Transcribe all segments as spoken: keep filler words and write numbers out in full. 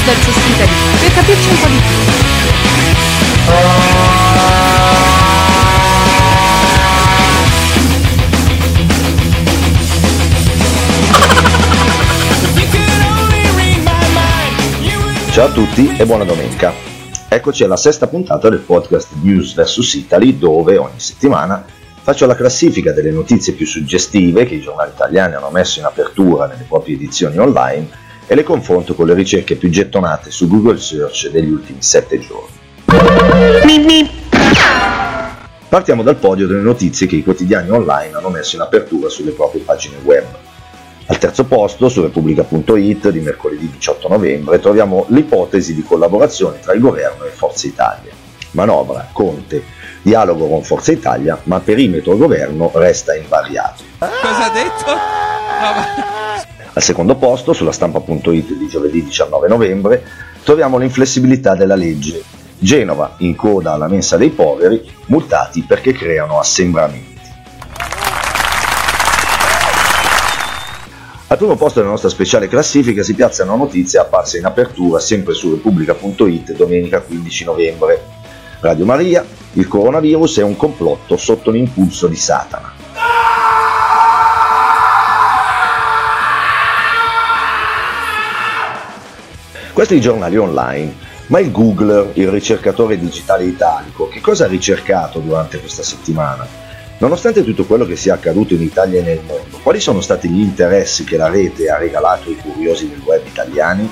versus Italy, per capirci un po' di più. Ciao a tutti e buona domenica. Eccoci alla sesta puntata del podcast News versus Italy, dove ogni settimana faccio la classifica delle notizie più suggestive che i giornali italiani hanno messo in apertura nelle proprie edizioni online e le confronto con le ricerche più gettonate su Google Search degli ultimi sette giorni. Partiamo dal podio delle notizie che i quotidiani online hanno messo in apertura sulle proprie pagine web. Al terzo posto, su Repubblica punto it di mercoledì diciotto novembre, troviamo l'ipotesi di collaborazione tra il governo e Forza Italia. Manovra, Conte, dialogo con Forza Italia, ma perimetro governo resta invariato. Cosa ha detto? No, ma... Al secondo posto, sulla Stampa punto it di giovedì diciannove novembre, troviamo l'inflessibilità della legge. Genova in coda alla mensa dei poveri, multati perché creano assembramenti. Al primo posto della nostra speciale classifica si piazza una notizia apparsa in apertura sempre su Repubblica punto it domenica quindici novembre. Radio Maria, il coronavirus è un complotto sotto l'impulso di Satana. Questi i giornali online, ma il Googler, il ricercatore digitale italico, che cosa ha ricercato durante questa settimana? Nonostante tutto quello che sia accaduto in Italia e nel mondo, quali sono stati gli interessi che la rete ha regalato ai curiosi del web italiani?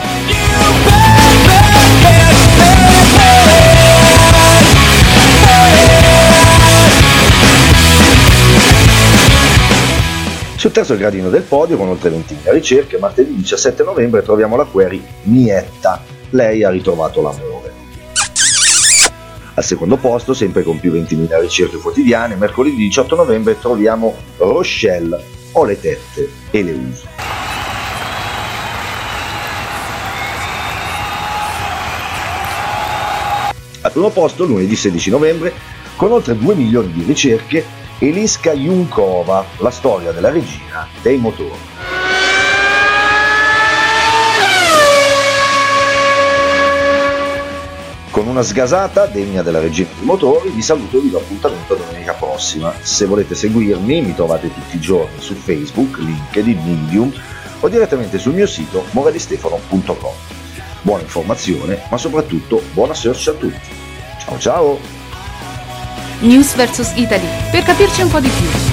Sul terzo gradino del podio, con oltre ventimila ricerche, martedì diciassette novembre troviamo la query Mietta. Lei ha ritrovato l'amore. Al secondo posto, sempre con più ventimila ricerche quotidiane, mercoledì diciotto novembre troviamo Rochelle, ho le tette e le uso. Al primo posto, lunedì sedici novembre, con oltre due milioni di ricerche, Eliska Junkova, la storia della regina dei motori. Con una sgasata degna della regina dei motori vi saluto e vi do appuntamento domenica prossima. Se volete seguirmi mi trovate tutti i giorni su Facebook, LinkedIn, Medium o direttamente sul mio sito moralistefano punto com. Buona informazione, ma soprattutto buona search a tutti. Ciao ciao! News versus Italy, per capirci un po' di più.